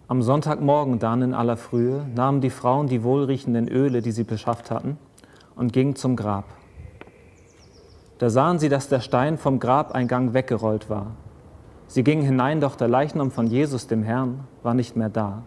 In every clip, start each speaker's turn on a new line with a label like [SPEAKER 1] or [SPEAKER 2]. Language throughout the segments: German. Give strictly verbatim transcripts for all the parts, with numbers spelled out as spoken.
[SPEAKER 1] Am Sonntagmorgen dann in aller Frühe nahmen die Frauen die wohlriechenden Öle, die sie beschafft hatten, und gingen zum Grab. Da sahen sie, dass der Stein vom Grabeingang weggerollt war. Sie gingen hinein, doch der Leichnam von Jesus, dem Herrn, war nicht mehr da.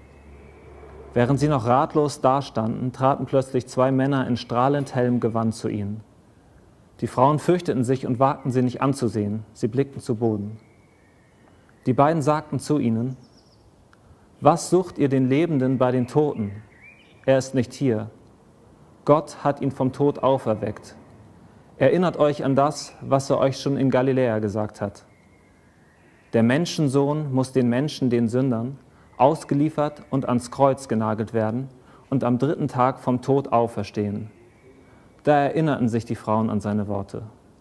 [SPEAKER 1] Während sie noch ratlos dastanden, traten plötzlich zwei Männer in strahlend hellem Gewand zu ihnen. Die Frauen fürchteten sich und wagten sie nicht anzusehen, sie blickten zu Boden. Die beiden sagten zu ihnen: Was sucht ihr den Lebenden bei den Toten? Er ist nicht hier. Gott hat ihn vom Tod auferweckt. Erinnert euch an das, was er euch schon in Galiläa gesagt hat. Der Menschensohn muss den Menschen, den Sündern, ausgeliefert und ans Kreuz genagelt werden und am dritten Tag vom Tod auferstehen. Da erinnerten sich die Frauen an seine Worte.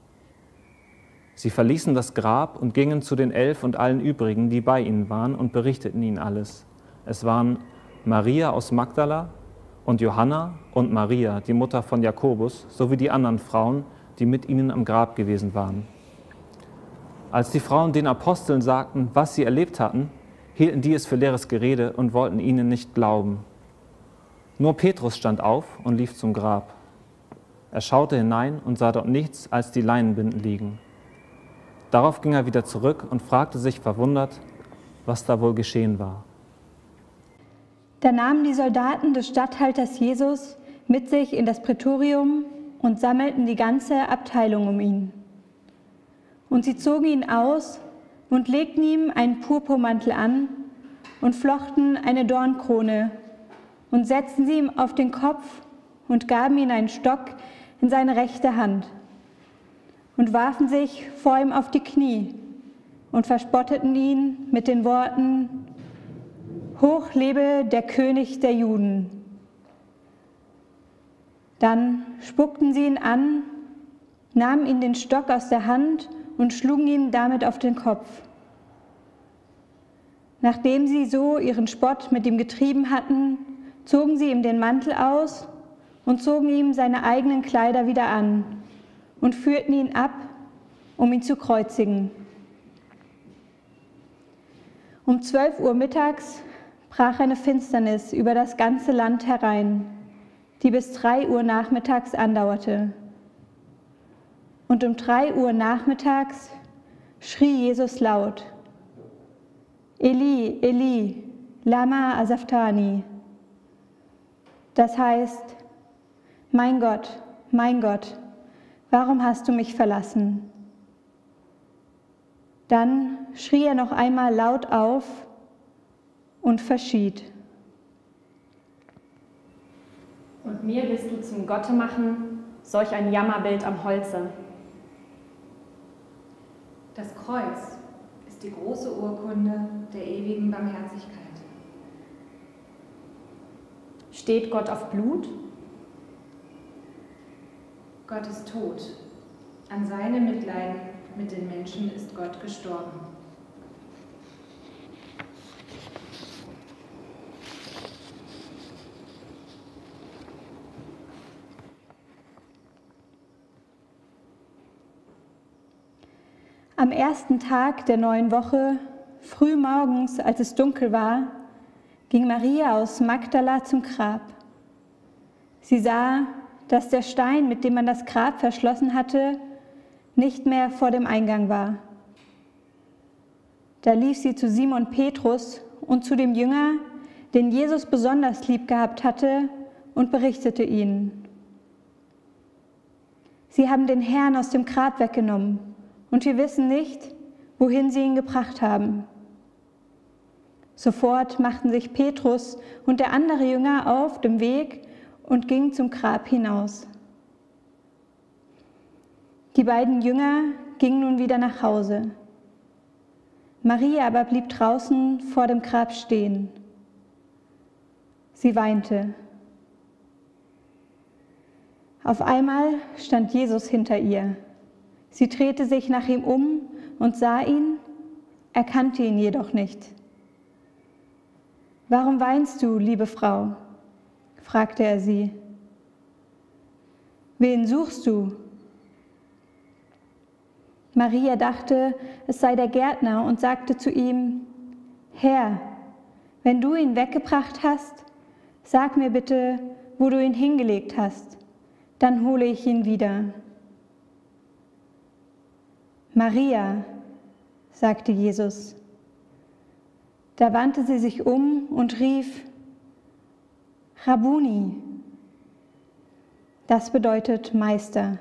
[SPEAKER 1] Sie verließen das Grab und gingen zu den Elf und allen übrigen, die bei ihnen waren, und berichteten ihnen alles. Es waren Maria aus Magdala und Johanna und Maria, die Mutter von Jakobus, sowie die anderen Frauen, die mit ihnen am Grab gewesen waren. Als die Frauen den Aposteln sagten, was sie erlebt hatten, hielten die es für leeres Gerede und wollten ihnen nicht glauben. Nur Petrus stand auf und lief zum Grab. Er schaute hinein und sah dort nichts als die Leinenbinden liegen. Darauf ging er wieder zurück und fragte sich verwundert, was da wohl geschehen war.
[SPEAKER 2] Da nahmen die Soldaten des Statthalters Jesus mit sich in das Prätorium und sammelten die ganze Abteilung um ihn. Und sie zogen ihn aus und legten ihm einen Purpurmantel an und flochten eine Dornkrone und setzten sie ihm auf den Kopf und gaben ihm einen Stock in seine rechte Hand und warfen sich vor ihm auf die Knie und verspotteten ihn mit den Worten: Hoch lebe der König der Juden. Dann spuckten sie ihn an, nahmen ihm den Stock aus der Hand und schlugen ihm damit auf den Kopf. Nachdem sie so ihren Spott mit ihm getrieben hatten, zogen sie ihm den Mantel aus und zogen ihm seine eigenen Kleider wieder an und führten ihn ab, um ihn zu kreuzigen. Um zwölf Uhr mittags brach eine Finsternis über das ganze Land herein, die bis drei Uhr nachmittags andauerte. Und um drei Uhr nachmittags schrie Jesus laut: Eli, Eli, lama asabthani. Das heißt: Mein Gott, mein Gott, warum hast du mich verlassen? Dann schrie er noch einmal laut auf und verschied.
[SPEAKER 3] Und mir willst du zum Gotte machen, solch ein Jammerbild am Holze.
[SPEAKER 4] Das Kreuz ist die große Urkunde der ewigen Barmherzigkeit.
[SPEAKER 3] Steht Gott auf Blut?
[SPEAKER 4] Gott ist tot. An seinem Mitleiden mit den Menschen ist Gott gestorben.
[SPEAKER 2] Am ersten Tag der neuen Woche, früh morgens, als es dunkel war, ging Maria aus Magdala zum Grab. Sie sah, dass der Stein, mit dem man das Grab verschlossen hatte, nicht mehr vor dem Eingang war. Da lief sie zu Simon Petrus und zu dem Jünger, den Jesus besonders lieb gehabt hatte, und berichtete ihnen: Sie haben den Herrn aus dem Grab weggenommen, und wir wissen nicht, wohin sie ihn gebracht haben. Sofort machten sich Petrus und der andere Jünger auf dem Weg und gingen zum Grab hinaus. Die beiden Jünger gingen nun wieder nach Hause. Maria aber blieb draußen vor dem Grab stehen. Sie weinte. Auf einmal stand Jesus hinter ihr. Sie drehte sich nach ihm um und sah ihn, erkannte ihn jedoch nicht. »Warum weinst du, liebe Frau?« fragte er sie. »Wen suchst du?« Maria dachte, es sei der Gärtner und sagte zu ihm: »Herr, wenn du ihn weggebracht hast, sag mir bitte, wo du ihn hingelegt hast, dann hole ich ihn wieder. Maria, sagte Jesus. Da wandte sie sich um und rief, Rabbuni. Das bedeutet Meister.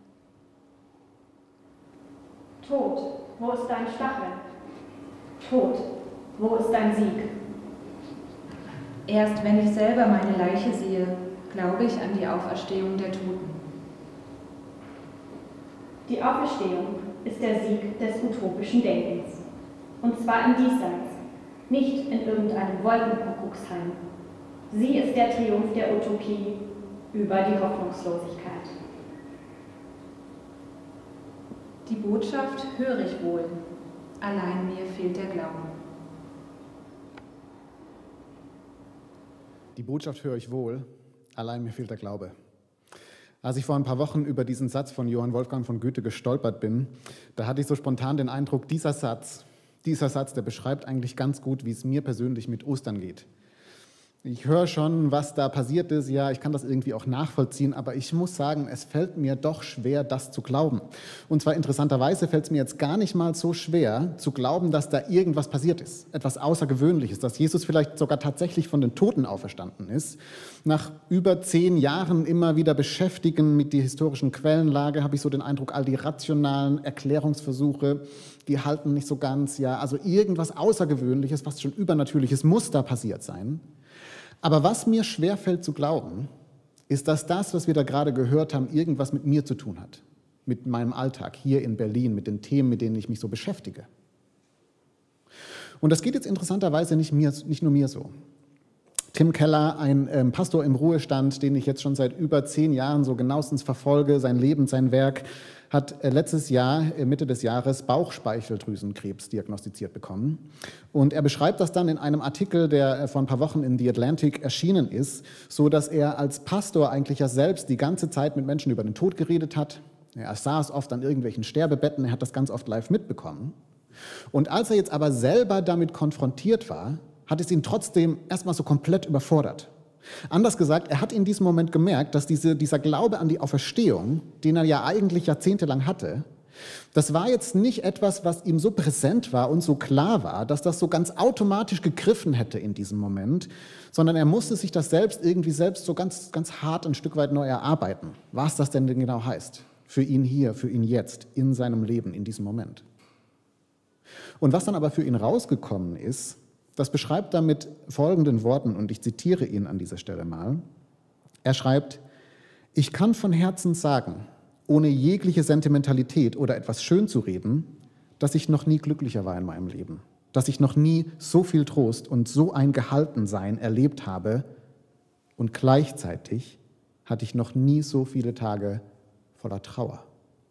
[SPEAKER 3] Tod, wo ist dein Stachel? Tod, wo ist dein Sieg?
[SPEAKER 4] Erst wenn ich selber meine Leiche sehe, glaube ich an die Auferstehung der Toten.
[SPEAKER 3] Die Auferstehung ist der Sieg des utopischen Denkens. Und zwar im Diesseits, nicht in irgendeinem Wolkenkuckucksheim. Sie ist der Triumph der Utopie über die Hoffnungslosigkeit.
[SPEAKER 4] Die Botschaft höre ich wohl, allein mir fehlt der Glaube.
[SPEAKER 5] Die Botschaft höre ich wohl, allein mir fehlt der Glaube. Als ich vor ein paar Wochen über diesen Satz von Johann Wolfgang von Goethe gestolpert bin, da hatte ich so spontan den Eindruck, dieser Satz, dieser Satz, der beschreibt eigentlich ganz gut, wie es mir persönlich mit Ostern geht. Ich höre schon, was da passiert ist, ja, ich kann das irgendwie auch nachvollziehen, aber ich muss sagen, es fällt mir doch schwer, das zu glauben. Und zwar interessanterweise fällt es mir jetzt gar nicht mal so schwer, zu glauben, dass da irgendwas passiert ist, etwas Außergewöhnliches, dass Jesus vielleicht sogar tatsächlich von den Toten auferstanden ist. Nach über zehn Jahren immer wieder Beschäftigen mit der historischen Quellenlage habe ich so den Eindruck, all die rationalen Erklärungsversuche, die halten nicht so ganz, ja, also irgendwas Außergewöhnliches, was schon Übernatürliches muss da passiert sein. Aber was mir schwerfällt zu glauben, ist, dass das, was wir da gerade gehört haben, irgendwas mit mir zu tun hat, mit meinem Alltag hier in Berlin, mit den Themen, mit denen ich mich so beschäftige. Und das geht jetzt interessanterweise nicht, mir, nicht nur mir so. Tim Keller, ein ähm, Pastor im Ruhestand, den ich jetzt schon seit über zehn Jahren so genauestens verfolge, sein Leben, sein Werk, hat äh, letztes Jahr, äh, Mitte des Jahres, Bauchspeicheldrüsenkrebs diagnostiziert bekommen. Und er beschreibt das dann in einem Artikel, der äh, vor ein paar Wochen in The Atlantic erschienen ist, so dass er als Pastor eigentlich ja selbst die ganze Zeit mit Menschen über den Tod geredet hat. Er saß oft an irgendwelchen Sterbebetten, er hat das ganz oft live mitbekommen. Und als er jetzt aber selber damit konfrontiert war, hat es ihn trotzdem erstmal so komplett überfordert. Anders gesagt, er hat in diesem Moment gemerkt, dass diese, dieser Glaube an die Auferstehung, den er ja eigentlich jahrzehntelang hatte, das war jetzt nicht etwas, was ihm so präsent war und so klar war, dass das so ganz automatisch gegriffen hätte in diesem Moment, sondern er musste sich das selbst irgendwie selbst so ganz, ganz hart ein Stück weit neu erarbeiten, was das denn genau heißt, für ihn hier, für ihn jetzt, in seinem Leben, in diesem Moment. Und was dann aber für ihn rausgekommen ist, das beschreibt er mit folgenden Worten, und ich zitiere ihn an dieser Stelle mal. Er schreibt, ich kann von Herzen sagen, ohne jegliche Sentimentalität oder etwas schön zu reden, dass ich noch nie glücklicher war in meinem Leben, dass ich noch nie so viel Trost und so ein Gehaltensein erlebt habe und gleichzeitig hatte ich noch nie so viele Tage voller Trauer.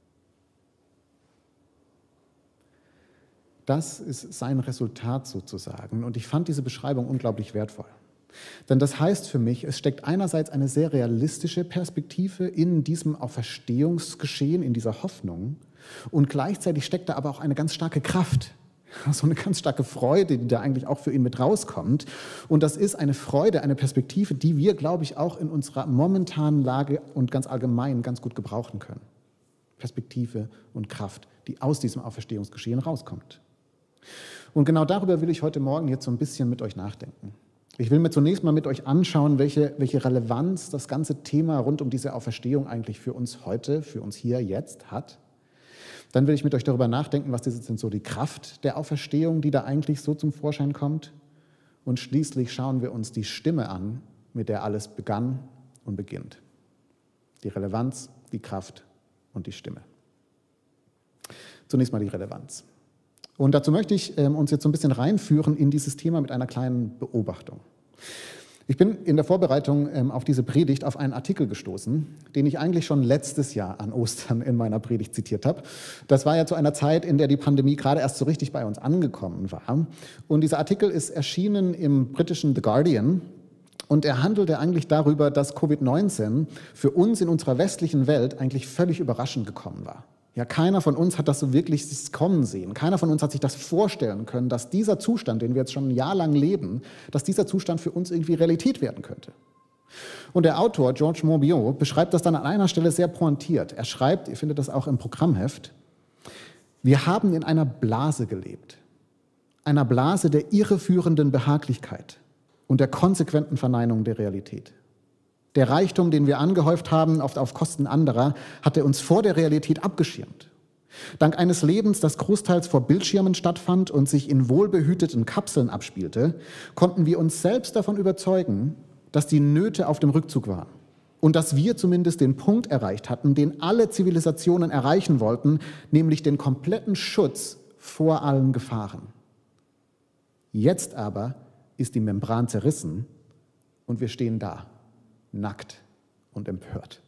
[SPEAKER 5] Das ist sein Resultat sozusagen. Und ich fand diese Beschreibung unglaublich wertvoll. Denn das heißt für mich, es steckt einerseits eine sehr realistische Perspektive in diesem Auferstehungsgeschehen, in dieser Hoffnung. Und gleichzeitig steckt da aber auch eine ganz starke Kraft, so eine ganz starke Freude, die da eigentlich auch für ihn mit rauskommt. Und das ist eine Freude, eine Perspektive, die wir, glaube ich, auch in unserer momentanen Lage und ganz allgemein ganz gut gebrauchen können. Perspektive und Kraft, die aus diesem Auferstehungsgeschehen rauskommt. Und genau darüber will ich heute Morgen jetzt so ein bisschen mit euch nachdenken. Ich will mir zunächst mal mit euch anschauen, welche, welche Relevanz das ganze Thema rund um diese Auferstehung eigentlich für uns heute, für uns hier, jetzt hat. Dann will ich mit euch darüber nachdenken, was ist denn so die Kraft der Auferstehung, die da eigentlich so zum Vorschein kommt. Und schließlich schauen wir uns die Stimme an, mit der alles begann und beginnt. Die Relevanz, die Kraft und die Stimme. Zunächst mal die Relevanz. Und dazu möchte ich ähm, uns jetzt so ein bisschen reinführen in dieses Thema mit einer kleinen Beobachtung. Ich bin in der Vorbereitung ähm, auf diese Predigt auf einen Artikel gestoßen, den ich eigentlich schon letztes Jahr an Ostern in meiner Predigt zitiert habe. Das war ja zu einer Zeit, in der die Pandemie gerade erst so richtig bei uns angekommen war. Und dieser Artikel ist erschienen im britischen The Guardian. Und er handelte eigentlich darüber, dass Covid neunzehn für uns in unserer westlichen Welt eigentlich völlig überraschend gekommen war. Ja, keiner von uns hat das so wirklich kommen sehen. Keiner von uns hat sich das vorstellen können, dass dieser Zustand, den wir jetzt schon ein Jahr lang leben, dass dieser Zustand für uns irgendwie Realität werden könnte. Und der Autor, Georges Monbiot, beschreibt das dann an einer Stelle sehr pointiert. Er schreibt, ihr findet das auch im Programmheft, wir haben in einer Blase gelebt. Einer Blase der irreführenden Behaglichkeit und der konsequenten Verneinung der Realität. Der Reichtum, den wir angehäuft haben, oft auf Kosten anderer, hatte uns vor der Realität abgeschirmt. Dank eines Lebens, das großteils vor Bildschirmen stattfand und sich in wohlbehüteten Kapseln abspielte, konnten wir uns selbst davon überzeugen, dass die Nöte auf dem Rückzug waren und dass wir zumindest den Punkt erreicht hatten, den alle Zivilisationen erreichen wollten, nämlich den kompletten Schutz vor allen Gefahren. Jetzt aber ist die Membran zerrissen und wir stehen da, nackt und empört.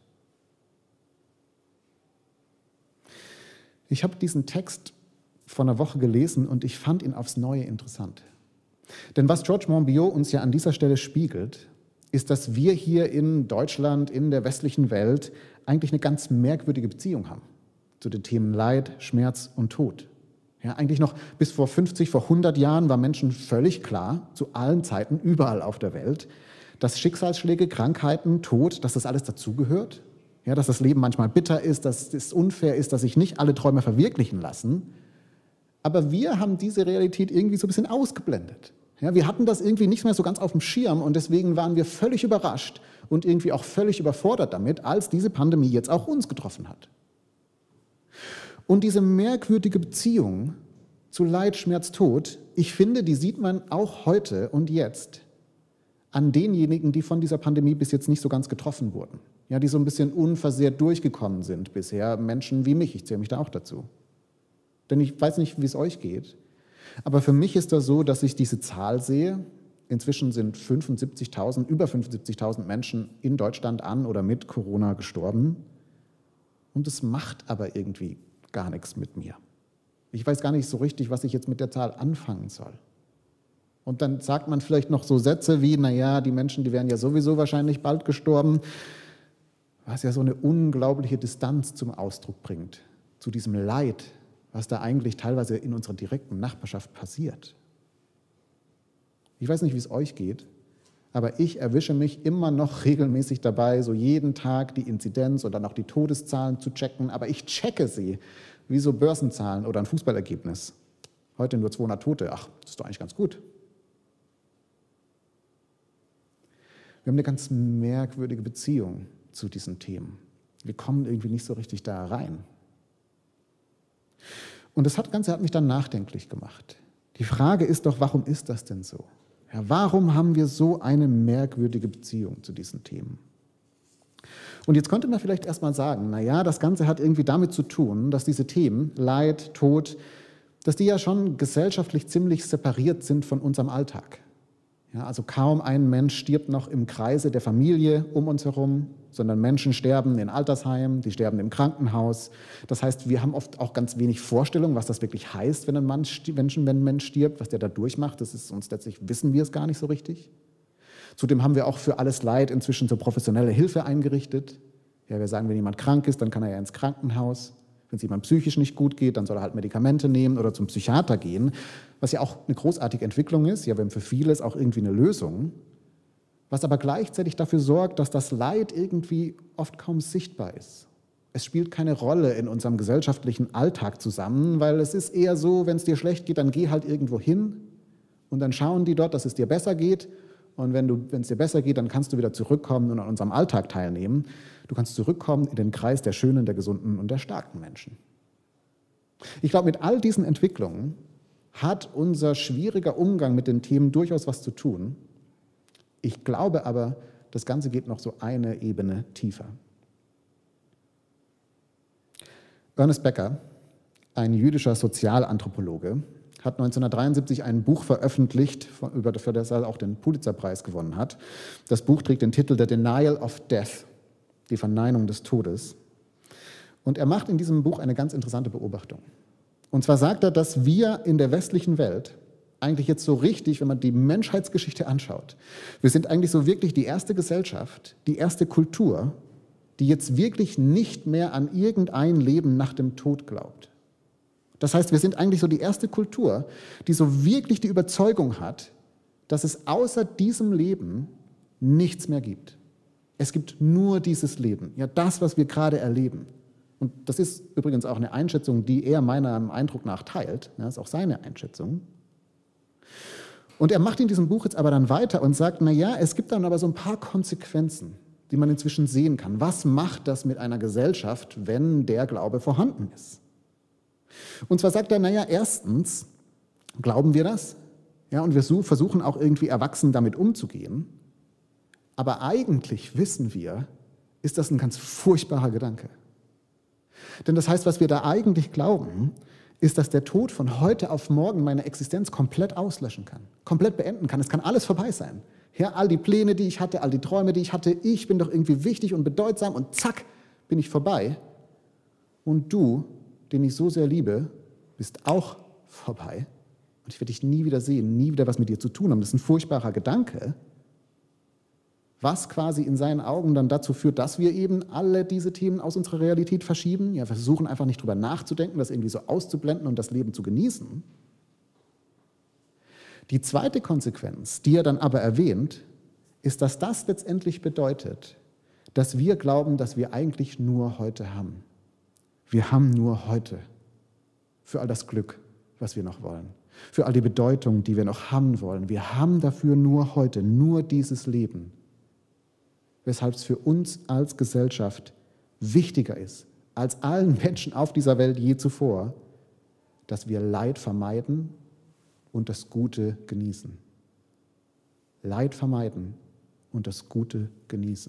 [SPEAKER 5] Ich habe diesen Text vor einer Woche gelesen und ich fand ihn aufs Neue interessant. Denn was Georges Monbiot uns ja an dieser Stelle spiegelt, ist, dass wir hier in Deutschland, in der westlichen Welt eigentlich eine ganz merkwürdige Beziehung haben zu den Themen Leid, Schmerz und Tod. Ja, eigentlich noch bis vor fünfzig, vor hundert Jahren war Menschen völlig klar, zu allen Zeiten, überall auf der Welt, dass Schicksalsschläge, Krankheiten, Tod, dass das alles dazugehört. Ja, dass das Leben manchmal bitter ist, dass es unfair ist, dass sich nicht alle Träume verwirklichen lassen. Aber wir haben diese Realität irgendwie so ein bisschen ausgeblendet. Ja, wir hatten das irgendwie nicht mehr so ganz auf dem Schirm und deswegen waren wir völlig überrascht und irgendwie auch völlig überfordert damit, als diese Pandemie jetzt auch uns getroffen hat. Und diese merkwürdige Beziehung zu Leid, Schmerz, Tod, ich finde, die sieht man auch heute und jetzt an denjenigen, die von dieser Pandemie bis jetzt nicht so ganz getroffen wurden. Ja, die so ein bisschen unversehrt durchgekommen sind bisher, Menschen wie mich, ich zähle mich da auch dazu. Denn ich weiß nicht, wie es euch geht, aber für mich ist das so, dass ich diese Zahl sehe. Inzwischen sind fünfundsiebzigtausend, über fünfundsiebzigtausend Menschen in Deutschland an oder mit Corona gestorben. Und es macht aber irgendwie gar nichts mit mir. Ich weiß gar nicht so richtig, was ich jetzt mit der Zahl anfangen soll. Und dann sagt man vielleicht noch so Sätze wie, naja, die Menschen, die wären ja sowieso wahrscheinlich bald gestorben, was ja so eine unglaubliche Distanz zum Ausdruck bringt, zu diesem Leid, was da eigentlich teilweise in unserer direkten Nachbarschaft passiert. Ich weiß nicht, wie es euch geht, aber ich erwische mich immer noch regelmäßig dabei, so jeden Tag die Inzidenz und dann auch die Todeszahlen zu checken, aber ich checke sie wie so Börsenzahlen oder ein Fußballergebnis. Heute nur zweihundert Tote, ach, das ist doch eigentlich ganz gut. Wir haben eine ganz merkwürdige Beziehung zu diesen Themen. Wir kommen irgendwie nicht so richtig da rein. Und das Ganze hat mich dann nachdenklich gemacht. Die Frage ist doch, warum ist das denn so? Ja, warum haben wir so eine merkwürdige Beziehung zu diesen Themen? Und jetzt könnte man vielleicht erstmal sagen, naja, das Ganze hat irgendwie damit zu tun, dass diese Themen, Leid, Tod, dass die ja schon gesellschaftlich ziemlich separiert sind von unserem Alltag. Ja, also kaum ein Mensch stirbt noch im Kreise der Familie um uns herum, sondern Menschen sterben in Altersheimen, die sterben im Krankenhaus. Das heißt, wir haben oft auch ganz wenig Vorstellung, was das wirklich heißt, wenn ein, Mann, wenn ein Mensch stirbt, was der da durchmacht. Das ist uns letztlich, wissen wir es gar nicht so richtig. Zudem haben wir auch für alles Leid inzwischen so professionelle Hilfe eingerichtet. Ja, wir sagen, wenn jemand krank ist, dann kann er ja ins Krankenhaus. Wenn es jemand psychisch nicht gut geht, dann soll er halt Medikamente nehmen oder zum Psychiater gehen, was ja auch eine großartige Entwicklung ist. Ja, wir haben für vieles auch irgendwie eine Lösung, was aber gleichzeitig dafür sorgt, dass das Leid irgendwie oft kaum sichtbar ist. Es spielt keine Rolle in unserem gesellschaftlichen Alltag zusammen, weil es ist eher so, wenn es dir schlecht geht, dann geh halt irgendwo hin und dann schauen die dort, dass es dir besser geht. Und wenn du, wenn es dir besser geht, dann kannst du wieder zurückkommen und an unserem Alltag teilnehmen. Du kannst zurückkommen in den Kreis der schönen, der gesunden und der starken Menschen. Ich glaube, mit all diesen Entwicklungen hat unser schwieriger Umgang mit den Themen durchaus was zu tun. Ich glaube aber, das Ganze geht noch so eine Ebene tiefer. Ernest Becker, ein jüdischer Sozialanthropologe, hat neunzehnhundertdreiundsiebzig ein Buch veröffentlicht, für das er auch den Pulitzerpreis gewonnen hat. Das Buch trägt den Titel The Denial of Death, die Verneinung des Todes. Und er macht in diesem Buch eine ganz interessante Beobachtung. Und zwar sagt er, dass wir in der westlichen Welt eigentlich jetzt so richtig, wenn man die Menschheitsgeschichte anschaut, wir sind eigentlich so wirklich die erste Gesellschaft, die erste Kultur, die jetzt wirklich nicht mehr an irgendein Leben nach dem Tod glaubt. Das heißt, wir sind eigentlich so die erste Kultur, die so wirklich die Überzeugung hat, dass es außer diesem Leben nichts mehr gibt. Es gibt nur dieses Leben, ja das, was wir gerade erleben. Und das ist übrigens auch eine Einschätzung, die er meinem Eindruck nach teilt. Ja, das ist auch seine Einschätzung. Und er macht in diesem Buch jetzt aber dann weiter und sagt, naja, es gibt dann aber so ein paar Konsequenzen, die man inzwischen sehen kann. Was macht das mit einer Gesellschaft, wenn der Glaube vorhanden ist? Und zwar sagt er, naja, erstens glauben wir das, ja, und wir versuchen auch irgendwie erwachsen damit umzugehen, aber eigentlich wissen wir, ist das ein ganz furchtbarer Gedanke. Denn das heißt, was wir da eigentlich glauben, ist, dass der Tod von heute auf morgen meine Existenz komplett auslöschen kann, komplett beenden kann. Es kann alles vorbei sein. Ja, all die Pläne, die ich hatte, all die Träume, die ich hatte, ich bin doch irgendwie wichtig und bedeutsam und zack, bin ich vorbei. Und du, den ich so sehr liebe, bist auch vorbei. Und ich werde dich nie wieder sehen, nie wieder was mit dir zu tun haben. Das ist ein furchtbarer Gedanke, was quasi in seinen Augen dann dazu führt, dass wir eben alle diese Themen aus unserer Realität verschieben. Ja, wir versuchen einfach nicht drüber nachzudenken, das irgendwie so auszublenden und das Leben zu genießen. Die zweite Konsequenz, die er dann aber erwähnt, ist, dass das letztendlich bedeutet, dass wir glauben, dass wir eigentlich nur heute haben. Wir haben nur heute für all das Glück, was wir noch wollen, für all die Bedeutung, die wir noch haben wollen. Wir haben dafür nur heute, nur dieses Leben, weshalb es für uns als Gesellschaft wichtiger ist, als allen Menschen auf dieser Welt je zuvor, dass wir Leid vermeiden und das Gute genießen. Leid vermeiden und das Gute genießen.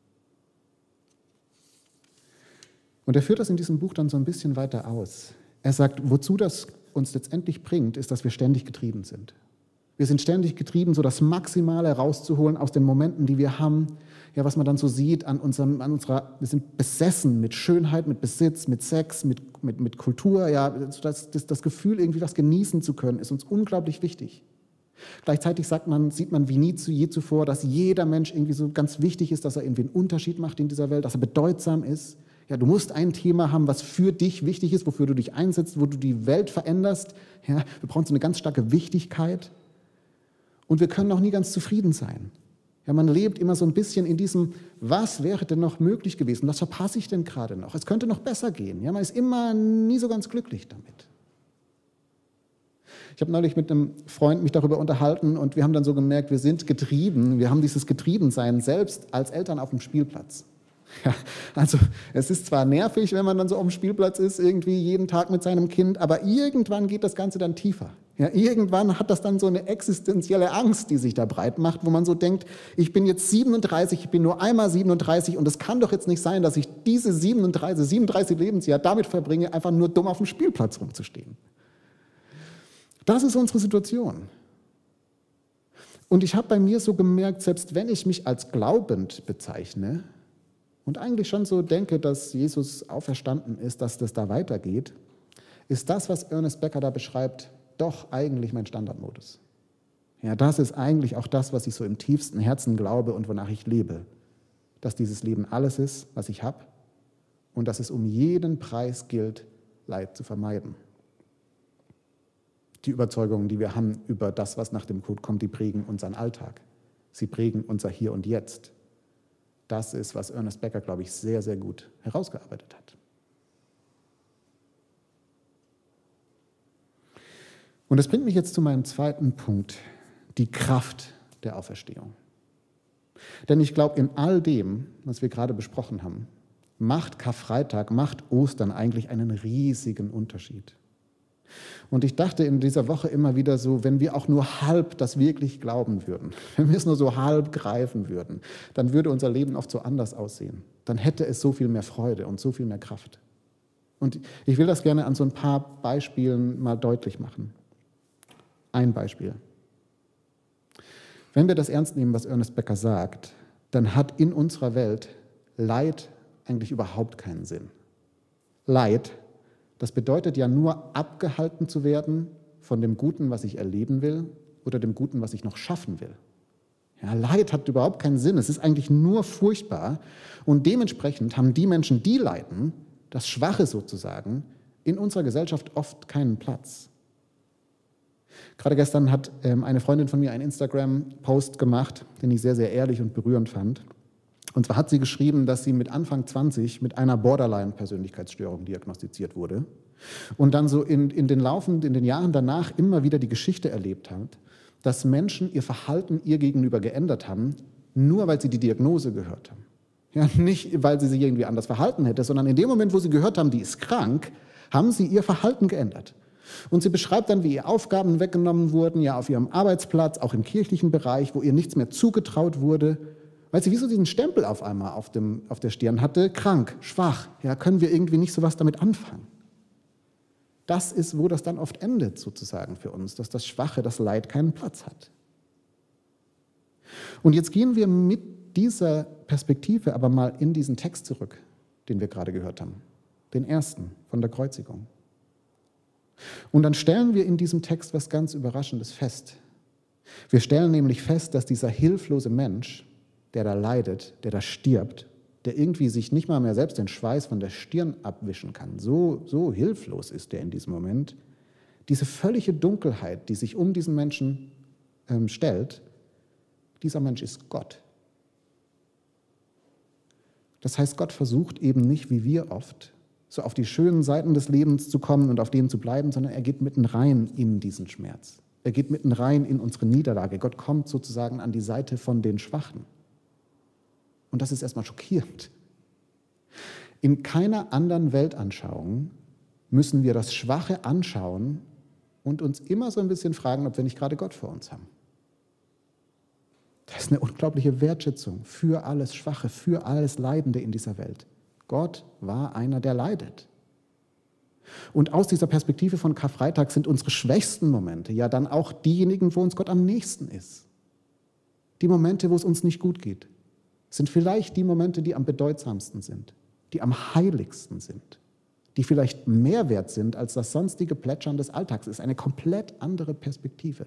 [SPEAKER 5] Und er führt das in diesem Buch dann so ein bisschen weiter aus. Er sagt, wozu das uns letztendlich bringt, ist, dass wir ständig getrieben sind. Wir sind ständig getrieben, so das Maximale rauszuholen aus den Momenten, die wir haben. Ja, was man dann so sieht an unserem, an unserer, wir sind besessen mit Schönheit, mit Besitz, mit Sex, mit, mit, mit Kultur. Ja, das, das, das Gefühl, irgendwie was genießen zu können, ist uns unglaublich wichtig. Gleichzeitig sagt man, sieht man wie nie zu je zuvor, dass jeder Mensch irgendwie so ganz wichtig ist, dass er irgendwie einen Unterschied macht in dieser Welt, dass er bedeutsam ist. Ja, du musst ein Thema haben, was für dich wichtig ist, wofür du dich einsetzt, wo du die Welt veränderst. Ja, wir brauchen so eine ganz starke Wichtigkeit. Und wir können auch nie ganz zufrieden sein. Ja, man lebt immer so ein bisschen in diesem, was wäre denn noch möglich gewesen? Was verpasse ich denn gerade noch? Es könnte noch besser gehen. Ja, man ist immer nie so ganz glücklich damit. Ich habe neulich mit einem Freund mich darüber unterhalten und wir haben dann so gemerkt, wir sind getrieben. Wir haben dieses Getriebensein selbst als Eltern auf dem Spielplatz. Ja, also es ist zwar nervig, wenn man dann so auf dem Spielplatz ist, irgendwie jeden Tag mit seinem Kind, aber irgendwann geht das Ganze dann tiefer. Ja, irgendwann hat das dann so eine existenzielle Angst, die sich da breit macht, wo man so denkt, ich bin jetzt siebenunddreißig, ich bin nur einmal siebenunddreißig und es kann doch jetzt nicht sein, dass ich diese siebenunddreißig, siebenunddreißig Lebensjahr damit verbringe, einfach nur dumm auf dem Spielplatz rumzustehen. Das ist unsere Situation. Und ich habe bei mir so gemerkt, selbst wenn ich mich als glaubend bezeichne, und eigentlich schon so denke, dass Jesus auferstanden ist, dass das da weitergeht, ist das, was Ernest Becker da beschreibt, doch eigentlich mein Standardmodus. Ja, das ist eigentlich auch das, was ich so im tiefsten Herzen glaube und wonach ich lebe. Dass dieses Leben alles ist, was ich habe und dass es um jeden Preis gilt, Leid zu vermeiden. Die Überzeugungen, die wir haben über das, was nach dem Tod kommt, die prägen unseren Alltag. Sie prägen unser Hier und Jetzt. Das ist, was Ernest Becker, glaube ich, sehr, sehr gut herausgearbeitet hat. Und das bringt mich jetzt zu meinem zweiten Punkt, die Kraft der Auferstehung. Denn ich glaube, in all dem, was wir gerade besprochen haben, macht Karfreitag, macht Ostern eigentlich einen riesigen Unterschied. Und ich dachte in dieser Woche immer wieder so, wenn wir auch nur halb das wirklich glauben würden, wenn wir es nur so halb greifen würden, dann würde unser Leben oft so anders aussehen. Dann hätte es so viel mehr Freude und so viel mehr Kraft. Und ich will das gerne an so ein paar Beispielen mal deutlich machen. Ein Beispiel. Wenn wir das ernst nehmen, was Ernest Becker sagt, dann hat in unserer Welt Leid eigentlich überhaupt keinen Sinn. Leid, das bedeutet ja nur, abgehalten zu werden von dem Guten, was ich erleben will oder dem Guten, was ich noch schaffen will. Ja, Leid hat überhaupt keinen Sinn. Es ist eigentlich nur furchtbar. Und dementsprechend haben die Menschen, die leiden, das Schwache sozusagen, in unserer Gesellschaft oft keinen Platz. Gerade gestern hat ähm, eine Freundin von mir einen Instagram-Post gemacht, den ich sehr, sehr ehrlich und berührend fand. Und zwar hat sie geschrieben, dass sie mit Anfang zwanzig mit einer Borderline-Persönlichkeitsstörung diagnostiziert wurde und dann so in, in, den Laufenden, in den Jahren danach immer wieder die Geschichte erlebt hat, dass Menschen ihr Verhalten ihr gegenüber geändert haben, nur weil sie die Diagnose gehört haben. Ja, nicht, weil sie sich irgendwie anders verhalten hätte, sondern in dem Moment, wo sie gehört haben, die ist krank, haben sie ihr Verhalten geändert. Und sie beschreibt dann, wie ihr Aufgaben weggenommen wurden, ja auf ihrem Arbeitsplatz, auch im kirchlichen Bereich, wo ihr nichts mehr zugetraut wurde, weil sie wie so diesen Stempel auf einmal auf, dem, auf der Stirn hatte, krank, schwach, ja, können wir irgendwie nicht so was damit anfangen. Das ist, wo das dann oft endet sozusagen für uns, dass das Schwache, das Leid keinen Platz hat. Und jetzt gehen wir mit dieser Perspektive aber mal in diesen Text zurück, den wir gerade gehört haben, den ersten von der Kreuzigung. Und dann stellen wir in diesem Text was ganz Überraschendes fest. Wir stellen nämlich fest, dass dieser hilflose Mensch, der da leidet, der da stirbt, der irgendwie sich nicht mal mehr selbst den Schweiß von der Stirn abwischen kann, so, so hilflos ist der in diesem Moment, diese völlige Dunkelheit, die sich um diesen Menschen ähm, stellt, dieser Mensch ist Gott. Das heißt, Gott versucht eben nicht, wie wir oft, so auf die schönen Seiten des Lebens zu kommen und auf denen zu bleiben, sondern er geht mitten rein in diesen Schmerz. Er geht mitten rein in unsere Niederlage. Gott kommt sozusagen an die Seite von den Schwachen. Und das ist erstmal schockierend. In keiner anderen Weltanschauung müssen wir das Schwache anschauen und uns immer so ein bisschen fragen, ob wir nicht gerade Gott vor uns haben. Das ist eine unglaubliche Wertschätzung für alles Schwache, für alles Leidende in dieser Welt. Gott war einer, der leidet. Und aus dieser Perspektive von Karfreitag sind unsere schwächsten Momente ja dann auch diejenigen, wo uns Gott am nächsten ist. Die Momente, wo es uns nicht gut geht, sind vielleicht die Momente, die am bedeutsamsten sind, die am heiligsten sind, die vielleicht mehr wert sind als das sonstige Plätschern des Alltags. Es ist eine komplett andere Perspektive.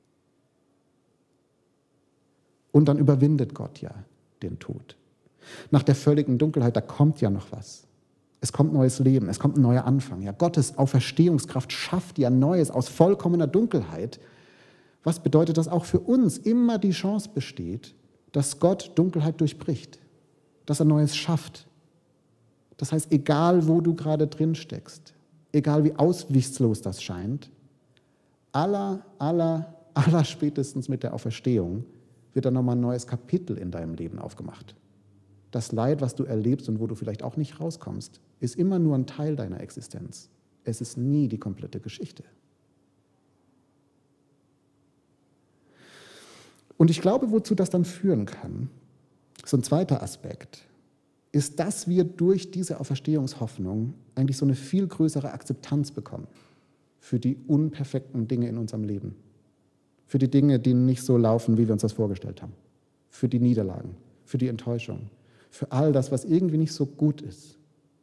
[SPEAKER 5] Und dann überwindet Gott ja den Tod. Nach der völligen Dunkelheit, da kommt ja noch was. Es kommt neues Leben, es kommt ein neuer Anfang. Ja, Gottes Auferstehungskraft schafft ja Neues aus vollkommener Dunkelheit. Was bedeutet das auch für uns? Immer die Chance besteht, dass Gott Dunkelheit durchbricht, dass er Neues schafft. Das heißt, egal wo du gerade drin steckst, egal wie aussichtslos das scheint, aller, aller, aller spätestens mit der Auferstehung wird dann nochmal ein neues Kapitel in deinem Leben aufgemacht. Das Leid, was du erlebst und wo du vielleicht auch nicht rauskommst, ist immer nur ein Teil deiner Existenz. Es ist nie die komplette Geschichte. Und ich glaube, wozu das dann führen kann, so ein zweiter Aspekt, ist, dass wir durch diese Auferstehungshoffnung eigentlich so eine viel größere Akzeptanz bekommen für die unperfekten Dinge in unserem Leben, für die Dinge, die nicht so laufen, wie wir uns das vorgestellt haben, für die Niederlagen, für die Enttäuschung, für all das, was irgendwie nicht so gut ist.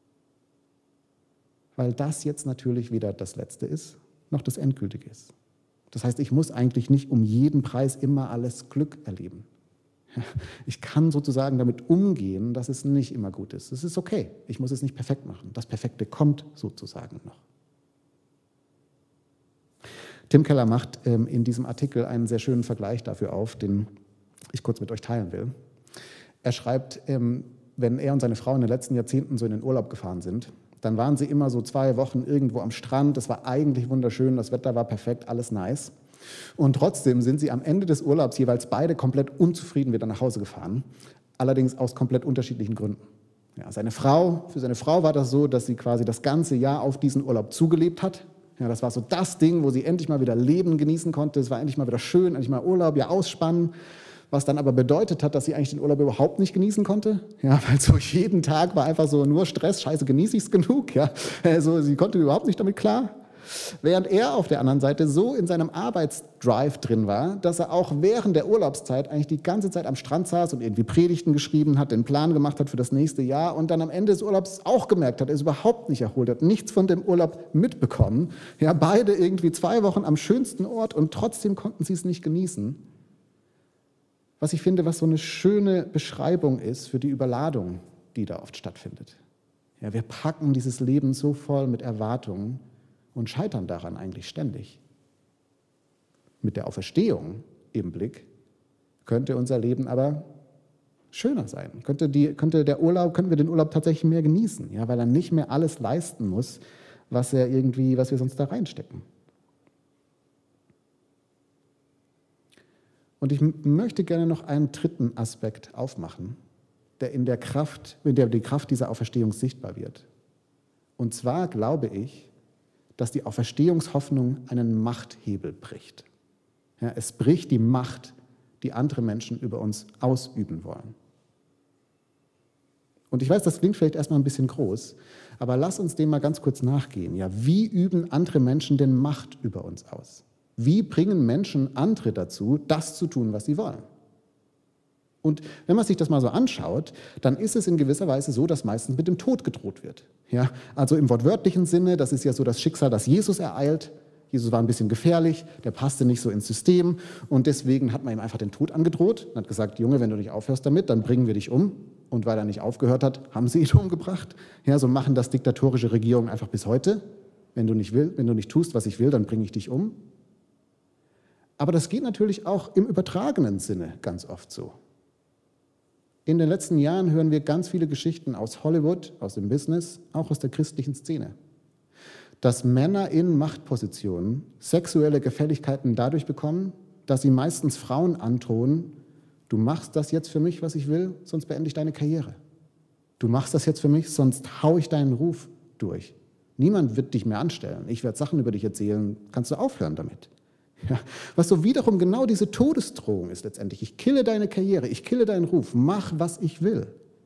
[SPEAKER 5] Weil das jetzt natürlich weder das Letzte ist, noch das Endgültige ist. Das heißt, ich muss eigentlich nicht um jeden Preis immer alles Glück erleben. Ich kann sozusagen damit umgehen, dass es nicht immer gut ist. Es ist okay, ich muss es nicht perfekt machen. Das Perfekte kommt sozusagen noch. Tim Keller macht ähm, in diesem Artikel einen sehr schönen Vergleich dafür auf, den ich kurz mit euch teilen will. Er schreibt, ähm, wenn er und seine Frau in den letzten Jahrzehnten so in den Urlaub gefahren sind, dann waren sie immer so zwei Wochen irgendwo am Strand. Das war eigentlich wunderschön, das Wetter war perfekt, alles nice. Und trotzdem sind sie am Ende des Urlaubs jeweils beide komplett unzufrieden wieder nach Hause gefahren, allerdings aus komplett unterschiedlichen Gründen. Ja, seine Frau, für seine Frau war das so, dass sie quasi das ganze Jahr auf diesen Urlaub zugelebt hat. Ja, das war so das Ding, wo sie endlich mal wieder Leben genießen konnte. Es war endlich mal wieder schön, endlich mal Urlaub, ja ausspannen. Was dann aber bedeutet hat, dass sie eigentlich den Urlaub überhaupt nicht genießen konnte. Ja, weil so jeden Tag war einfach so nur Stress, scheiße, genieße ich es genug. Ja, also sie konnte überhaupt nicht damit klar. Während er auf der anderen Seite so in seinem Arbeitsdrive drin war, dass er auch während der Urlaubszeit eigentlich die ganze Zeit am Strand saß und irgendwie Predigten geschrieben hat, den Plan gemacht hat für das nächste Jahr und dann am Ende des Urlaubs auch gemerkt hat, er ist überhaupt nicht erholt, hat nichts von dem Urlaub mitbekommen. Ja, beide irgendwie zwei Wochen am schönsten Ort und trotzdem konnten sie es nicht genießen. Was ich finde, was so eine schöne Beschreibung ist für die Überladung, die da oft stattfindet. Ja, wir packen dieses Leben so voll mit Erwartungen und scheitern daran eigentlich ständig. Mit der Auferstehung im Blick könnte unser Leben aber schöner sein. Könnte, die, könnte der Urlaub, könnten wir den Urlaub tatsächlich mehr genießen, ja, weil er nicht mehr alles leisten muss, was er irgendwie, was wir sonst da reinstecken. Und ich möchte gerne noch einen dritten Aspekt aufmachen, der in der Kraft, in der die Kraft dieser Auferstehung sichtbar wird. Und zwar glaube ich, dass die Auferstehungshoffnung einen Machthebel bricht. Ja, es bricht die Macht, die andere Menschen über uns ausüben wollen. Und ich weiß, das klingt vielleicht erstmal ein bisschen groß, aber lass uns dem mal ganz kurz nachgehen. Ja, wie üben andere Menschen denn Macht über uns aus? Wie bringen Menschen andere dazu, das zu tun, was sie wollen? Und wenn man sich das mal so anschaut, dann ist es in gewisser Weise so, dass meistens mit dem Tod gedroht wird. Ja, also im wortwörtlichen Sinne, das ist ja so das Schicksal, das Jesus ereilt. Jesus war ein bisschen gefährlich, der passte nicht so ins System und deswegen hat man ihm einfach den Tod angedroht und hat gesagt, Junge, wenn du nicht aufhörst damit, dann bringen wir dich um. Und weil er nicht aufgehört hat, haben sie ihn umgebracht. Ja, so machen das diktatorische Regierungen einfach bis heute. Wenn du nicht will, wenn du nicht tust, was ich will, dann bringe ich dich um. Aber das geht natürlich auch im übertragenen Sinne ganz oft so. In den letzten Jahren hören wir ganz viele Geschichten aus Hollywood, aus dem Business, auch aus der christlichen Szene, dass Männer in Machtpositionen sexuelle Gefälligkeiten dadurch bekommen, dass sie meistens Frauen androhen, du machst das jetzt für mich, was ich will, sonst beende ich deine Karriere. Du machst das jetzt für mich, sonst hau ich deinen Ruf durch. Niemand wird dich mehr anstellen. Ich werde Sachen über dich erzählen, kannst du aufhören damit. Ja, was so wiederum genau diese Todesdrohung ist letztendlich. Ich kille deine Karriere, ich kille deinen Ruf, mach, was ich will.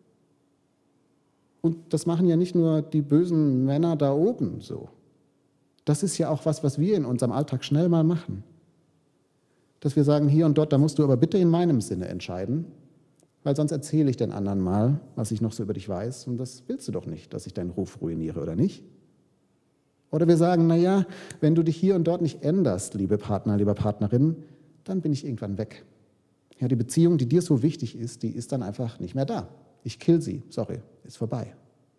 [SPEAKER 5] Und das machen ja nicht nur die bösen Männer da oben so. Das ist ja auch was, was wir in unserem Alltag schnell mal machen. Dass wir sagen, hier und dort, da musst du aber bitte in meinem Sinne entscheiden, weil sonst erzähle ich den anderen mal, was ich noch so über dich weiß und das willst du doch nicht, dass ich deinen Ruf ruiniere, oder nicht? Oder wir sagen, naja, wenn du dich hier und dort nicht änderst, liebe Partner, liebe Partnerin, dann bin ich irgendwann weg. Ja, die Beziehung, die dir so wichtig ist, die ist dann einfach nicht mehr da. Ich kill sie, sorry, ist vorbei.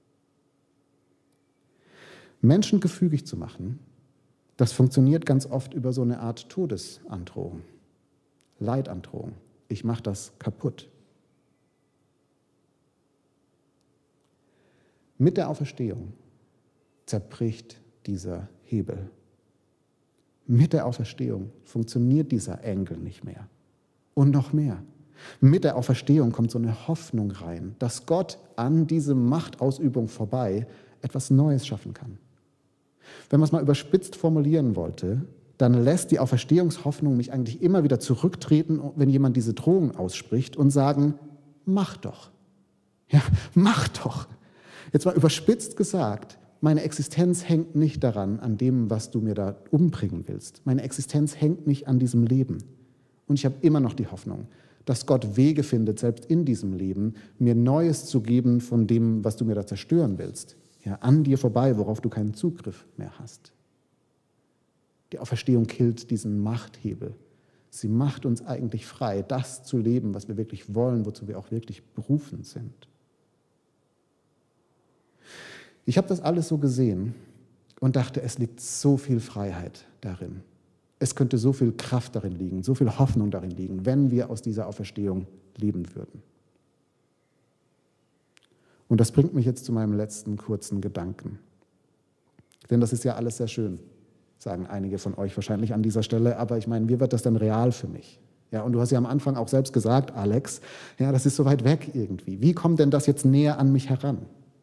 [SPEAKER 5] Menschen gefügig zu machen, das funktioniert ganz oft über so eine Art Todesandrohung, Leidandrohung. Ich mache das kaputt. Mit der Auferstehung zerbricht dieser Hebel. Mit der Auferstehung funktioniert dieser Engel nicht mehr. Und noch mehr. Mit der Auferstehung kommt so eine Hoffnung rein, dass Gott an diese Machtausübung vorbei etwas Neues schaffen kann. Wenn man es mal überspitzt formulieren wollte, dann lässt die Auferstehungshoffnung mich eigentlich immer wieder zurücktreten, wenn jemand diese Drohung ausspricht und sagen, mach doch. Ja, mach doch. Jetzt mal überspitzt gesagt, meine Existenz hängt nicht daran, an dem, was du mir da umbringen willst. Meine Existenz hängt nicht an diesem Leben. Und ich habe immer noch die Hoffnung, dass Gott Wege findet, selbst in diesem Leben, mir Neues zu geben von dem, was du mir da zerstören willst. Ja, an dir vorbei, worauf du keinen Zugriff mehr hast. Die Auferstehung killt diesen Machthebel. Sie macht uns eigentlich frei, das zu leben, was wir wirklich wollen, wozu wir auch wirklich berufen sind. Ich habe das alles so gesehen und dachte, es liegt so viel Freiheit darin. Es könnte so viel Kraft darin liegen, so viel Hoffnung darin liegen, wenn wir aus dieser Auferstehung leben würden. Und das bringt mich jetzt zu meinem letzten kurzen Gedanken. Denn das ist ja alles sehr schön, sagen einige von euch wahrscheinlich an dieser Stelle, aber ich meine, wie wird das denn real für mich? Ja, und du hast ja am Anfang auch selbst gesagt, Alex, ja, das ist so weit weg irgendwie. Wie kommt denn das jetzt näher an mich heran?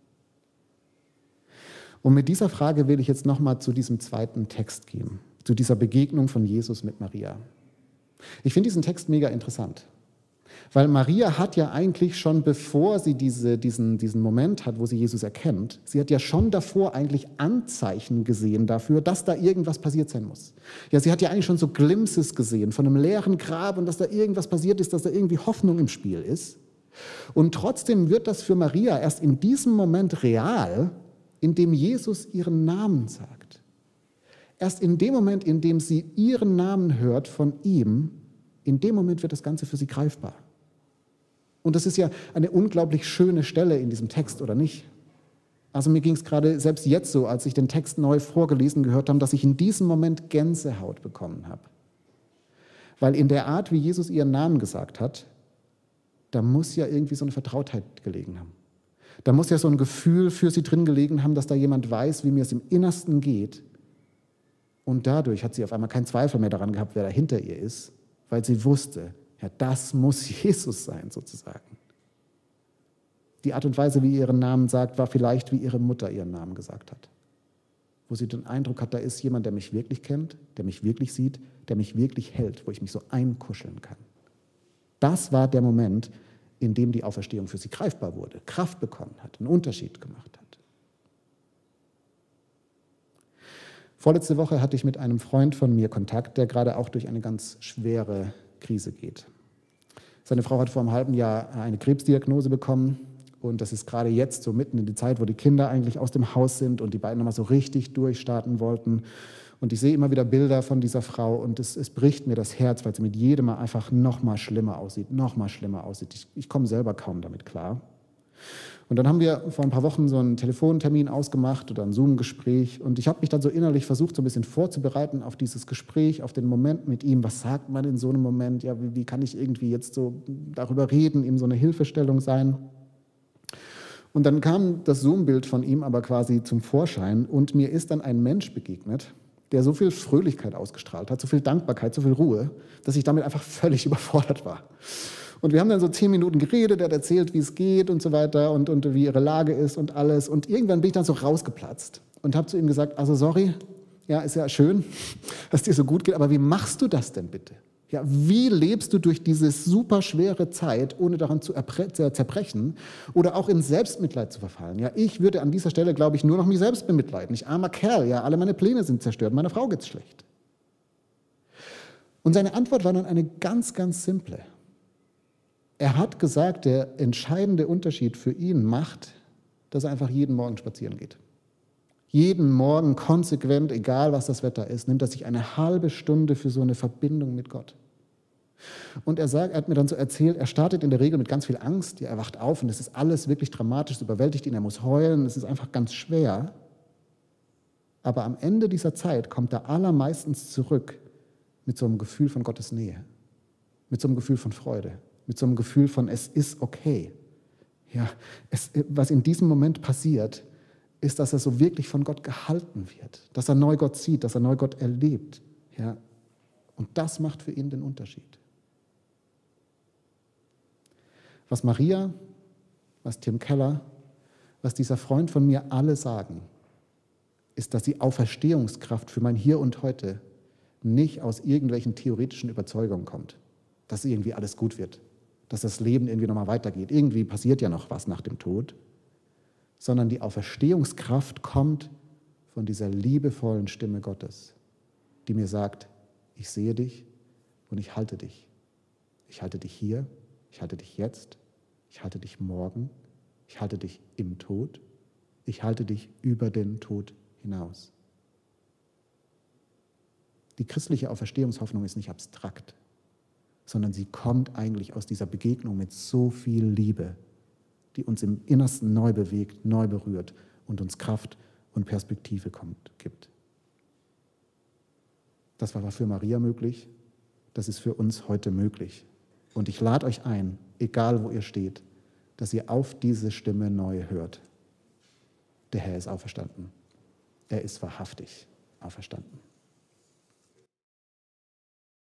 [SPEAKER 5] Und mit dieser Frage will ich jetzt nochmal zu diesem zweiten Text gehen, zu dieser Begegnung von Jesus mit Maria. Ich finde diesen Text mega interessant, weil Maria hat ja eigentlich schon, bevor sie diese, diesen, diesen Moment hat, wo sie Jesus erkennt, sie hat ja schon davor eigentlich Anzeichen gesehen dafür, dass da irgendwas passiert sein muss. Ja, sie hat ja eigentlich schon so Glimpses gesehen von einem leeren Grab und dass da irgendwas passiert ist, dass da irgendwie Hoffnung im Spiel ist. Und trotzdem wird das für Maria erst in diesem Moment real, in dem Jesus ihren Namen sagt. Erst in dem Moment, in dem sie ihren Namen hört von ihm, In dem Moment wird das Ganze für sie greifbar. Und das ist ja eine unglaublich schöne Stelle in diesem Text, oder nicht? Also mir ging es gerade selbst jetzt so, als ich den Text neu vorgelesen gehört habe, dass ich in diesem Moment Gänsehaut bekommen habe. Weil in der Art, wie Jesus ihren Namen gesagt hat, da muss ja irgendwie so eine Vertrautheit gelegen haben. Da muss ja so ein Gefühl für sie drin gelegen haben, dass da jemand weiß, wie mir es im Innersten geht. Und dadurch hat sie auf einmal keinen Zweifel mehr daran gehabt, wer da hinter ihr ist, weil sie wusste, ja, das muss Jesus sein, sozusagen. Die Art und Weise, wie ihr ihren Namen sagt, war vielleicht, wie ihre Mutter ihren Namen gesagt hat. Wo sie den Eindruck hat, da ist jemand, der mich wirklich kennt, der mich wirklich sieht, der mich wirklich hält, wo ich mich so einkuscheln kann. Das war der Moment, in dem die Auferstehung für sie greifbar wurde, Kraft bekommen hat, einen Unterschied gemacht hat. Vorletzte Woche hatte ich mit einem Freund von mir Kontakt, der gerade auch durch eine ganz schwere Krise geht. Seine Frau hat vor einem halben Jahr eine Krebsdiagnose bekommen. Und das ist gerade jetzt so mitten in die Zeit, wo die Kinder eigentlich aus dem Haus sind und die beiden nochmal so richtig durchstarten wollten. Und ich sehe immer wieder Bilder von dieser Frau und es, es bricht mir das Herz, weil sie mit jedem Mal einfach noch mal schlimmer aussieht, noch mal schlimmer aussieht. Ich, ich komme selber kaum damit klar. Und dann haben wir vor ein paar Wochen so einen Telefontermin ausgemacht oder ein Zoom-Gespräch. Und ich habe mich dann so innerlich versucht, so ein bisschen vorzubereiten auf dieses Gespräch, auf den Moment mit ihm. Was sagt man in so einem Moment? Ja, wie, wie kann ich irgendwie jetzt so darüber reden, ihm so eine Hilfestellung sein? Und dann kam das Zoom-Bild von ihm aber quasi zum Vorschein und mir ist dann ein Mensch begegnet, der so viel Fröhlichkeit ausgestrahlt hat, so viel Dankbarkeit, so viel Ruhe, dass ich damit einfach völlig überfordert war. Und wir haben dann so zehn Minuten geredet, er hat erzählt, wie es geht und so weiter und, und wie ihre Lage ist und alles. Und irgendwann bin ich dann so rausgeplatzt und habe zu ihm gesagt, also sorry, ja, ist ja schön, dass dir so gut geht, aber wie machst du das denn bitte? Ja, wie lebst du durch diese super schwere Zeit, ohne daran zu zerbrechen oder auch in Selbstmitleid zu verfallen? Ja, ich würde an dieser Stelle, glaube ich, nur noch mich selbst bemitleiden. Ich armer Kerl, ja, alle meine Pläne sind zerstört, meiner Frau geht's schlecht. Und seine Antwort war dann eine ganz, ganz simple. Er hat gesagt, der entscheidende Unterschied für ihn macht, dass er einfach jeden Morgen spazieren geht. Jeden Morgen konsequent, egal was das Wetter ist, nimmt er sich eine halbe Stunde für so eine Verbindung mit Gott. Und er sagt, er hat mir dann so erzählt, er startet in der Regel mit ganz viel Angst, ja, er wacht auf und es ist alles wirklich dramatisch, es überwältigt ihn, er muss heulen, es ist einfach ganz schwer. Aber am Ende dieser Zeit kommt er allermeistens zurück mit so einem Gefühl von Gottes Nähe, mit so einem Gefühl von Freude, mit so einem Gefühl von, es ist okay. Ja, es, was in diesem Moment passiert, ist, dass er so wirklich von Gott gehalten wird, dass er neu Gott sieht, dass er neu Gott erlebt. Ja? Und das macht für ihn den Unterschied. Was Maria, was Tim Keller, was dieser Freund von mir alle sagen, ist, dass die Auferstehungskraft für mein Hier und Heute nicht aus irgendwelchen theoretischen Überzeugungen kommt, dass irgendwie alles gut wird, dass das Leben irgendwie nochmal weitergeht. Irgendwie passiert ja noch was nach dem Tod. Sondern die Auferstehungskraft kommt von dieser liebevollen Stimme Gottes, die mir sagt, ich sehe dich und ich halte dich. Ich halte dich hier, ich halte dich jetzt, ich halte dich morgen, ich halte dich im Tod, ich halte dich über den Tod hinaus. Die christliche Auferstehungshoffnung ist nicht abstrakt, sondern sie kommt eigentlich aus dieser Begegnung mit so viel Liebe, die uns im Innersten neu bewegt, neu berührt und uns Kraft und Perspektive kommt, gibt. Das war für Maria möglich, das ist für uns heute möglich. Und ich lade euch ein, egal wo ihr steht, dass ihr auf diese Stimme neu hört. Der Herr ist auferstanden. Er ist wahrhaftig auferstanden.